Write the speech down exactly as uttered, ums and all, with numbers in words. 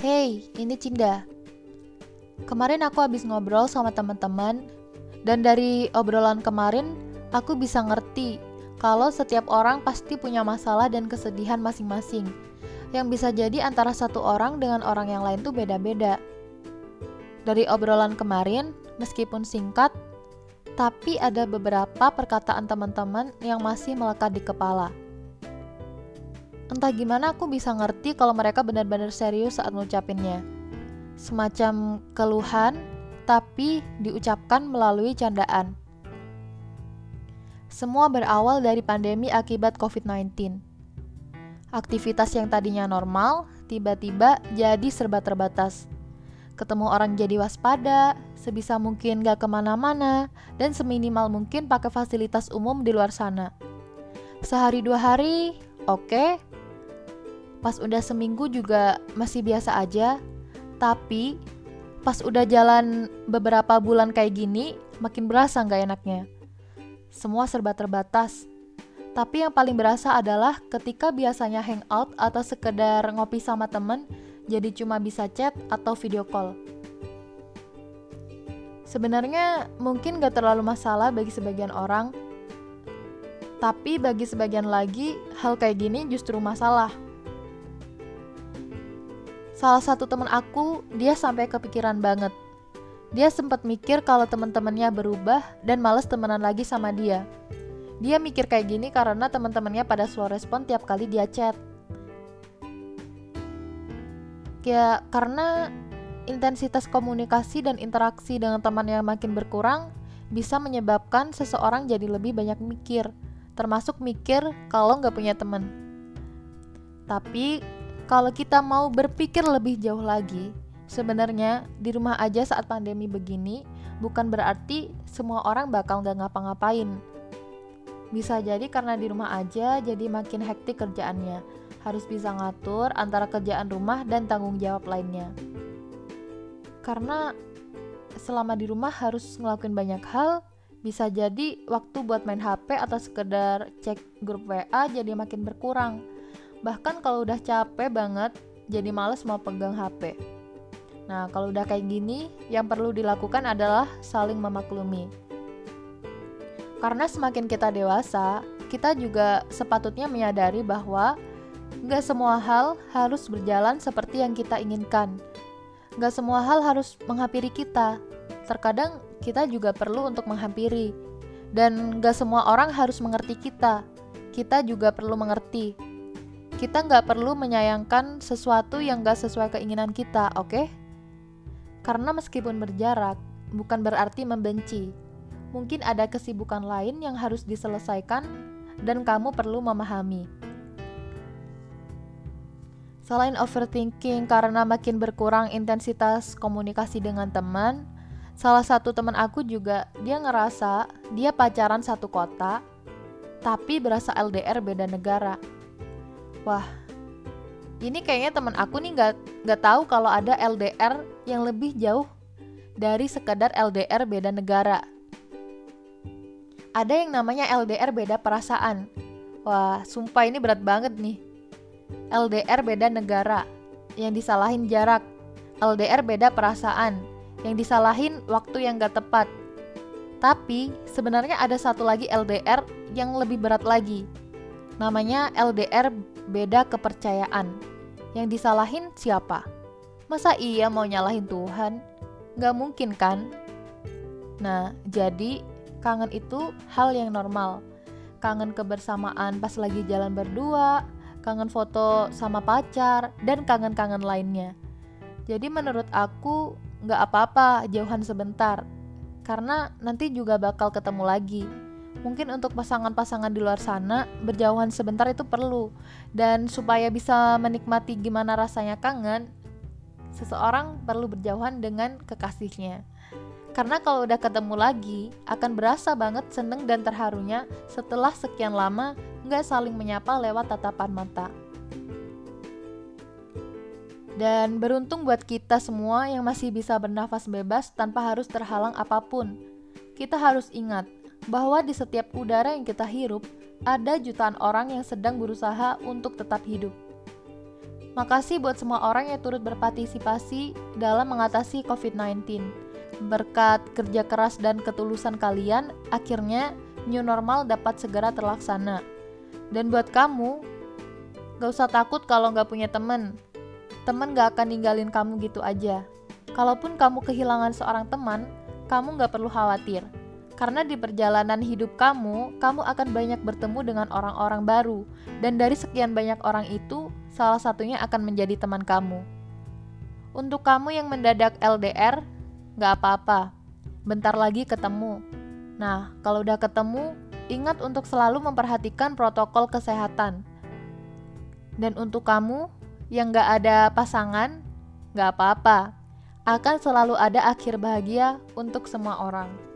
Hey, ini Cinda. Kemarin aku habis ngobrol sama teman-teman, dan dari obrolan kemarin, aku bisa ngerti kalau setiap orang pasti punya masalah dan kesedihan masing-masing, yang bisa jadi antara satu orang dengan orang yang lain tuh beda-beda. Dari obrolan kemarin, meskipun singkat, tapi ada beberapa perkataan teman-teman yang masih melekat di kepala. Entah gimana aku bisa ngerti kalau mereka benar-benar serius saat ngucapinnya. Semacam keluhan, tapi diucapkan melalui candaan. Semua berawal dari pandemi akibat covid sembilan belas. Aktivitas yang tadinya normal, tiba-tiba jadi serba terbatas. Ketemu orang jadi waspada, sebisa mungkin gak kemana-mana, dan seminimal mungkin pakai fasilitas umum di luar sana. Sehari dua hari, oke. Okay. Pas udah seminggu juga masih biasa aja. Tapi pas udah jalan beberapa bulan kayak gini, makin berasa gak enaknya. Semua serba terbatas. Tapi yang paling berasa adalah ketika biasanya hangout atau sekedar ngopi sama temen, jadi cuma bisa chat atau video call. Sebenarnya mungkin gak terlalu masalah bagi sebagian orang, tapi bagi sebagian lagi, hal kayak gini justru masalah. Salah satu teman aku, dia sampai kepikiran banget. Dia sempat mikir kalau teman-temannya berubah dan males temenan lagi sama dia. Dia mikir kayak gini karena teman-temannya pada slow respon tiap kali dia chat. Ya, karena intensitas komunikasi dan interaksi dengan teman yang makin berkurang bisa menyebabkan seseorang jadi lebih banyak mikir, termasuk mikir kalau nggak punya teman. Tapi kalau kita mau berpikir lebih jauh lagi, sebenarnya di rumah aja saat pandemi begini bukan berarti semua orang bakal gak ngapa-ngapain. Bisa jadi karena di rumah aja jadi makin hektik kerjaannya, harus bisa ngatur antara kerjaan rumah dan tanggung jawab lainnya. Karena selama di rumah harus ngelakuin banyak hal, bisa jadi waktu buat main H P atau sekedar cek grup W A jadi makin berkurang. Bahkan kalau udah capek banget, jadi males mau pegang H P. Nah, kalau udah kayak gini, yang perlu dilakukan adalah saling memaklumi. Karena semakin kita dewasa, kita juga sepatutnya menyadari bahwa gak semua hal harus berjalan seperti yang kita inginkan. Gak semua hal harus menghampiri kita. Terkadang kita juga perlu untuk menghampiri. Dan gak semua orang harus mengerti kita. Kita juga perlu mengerti. Kita nggak perlu menyayangkan sesuatu yang nggak sesuai keinginan kita, oke? Okay? Karena meskipun berjarak, bukan berarti membenci. Mungkin ada kesibukan lain yang harus diselesaikan dan kamu perlu memahami. Selain overthinking karena makin berkurang intensitas komunikasi dengan teman, salah satu teman aku juga dia ngerasa dia pacaran satu kota, tapi berasa L D R beda negara. Wah, ini kayaknya teman aku nih gak, gak tahu kalau ada L D R yang lebih jauh dari sekedar L D R beda negara. Ada yang namanya L D R beda perasaan. Wah, sumpah ini berat banget nih. L D R beda negara, yang disalahin jarak. L D R beda perasaan, yang disalahin waktu yang gak tepat. Tapi sebenarnya ada satu lagi L D R yang lebih berat lagi. Namanya L D R beda kepercayaan. Yang disalahin siapa? Masa iya mau nyalahin Tuhan? Gak mungkin kan? Nah, jadi kangen itu hal yang normal. Kangen kebersamaan pas lagi jalan berdua, kangen foto sama pacar, dan kangen-kangen lainnya. Jadi menurut aku gak apa-apa jauhan sebentar, karena nanti juga bakal ketemu lagi. Mungkin untuk pasangan-pasangan di luar sana, berjauhan sebentar itu perlu. Dan supaya bisa menikmati gimana rasanya kangen, seseorang perlu berjauhan dengan kekasihnya. Karena kalau udah ketemu lagi, akan berasa banget seneng dan terharunya setelah sekian lama gak saling menyapa lewat tatapan mata. Dan beruntung buat kita semua yang masih bisa bernafas bebas tanpa harus terhalang apapun. Kita harus ingat bahwa di setiap udara yang kita hirup, ada jutaan orang yang sedang berusaha untuk tetap hidup. Makasih buat semua orang yang turut berpartisipasi dalam mengatasi covid sembilan belas. Berkat kerja keras dan ketulusan kalian, akhirnya new normal dapat segera terlaksana. Dan buat kamu, gak usah takut kalau gak punya temen. Temen gak akan ninggalin kamu gitu aja. Kalaupun kamu kehilangan seorang teman, kamu gak perlu khawatir. Karena di perjalanan hidup kamu, kamu akan banyak bertemu dengan orang-orang baru. Dan dari sekian banyak orang itu, salah satunya akan menjadi teman kamu. Untuk kamu yang mendadak L D R, gak apa-apa. Bentar lagi ketemu. Nah, kalau udah ketemu, ingat untuk selalu memperhatikan protokol kesehatan. Dan untuk kamu yang gak ada pasangan, gak apa-apa. Akan selalu ada akhir bahagia untuk semua orang.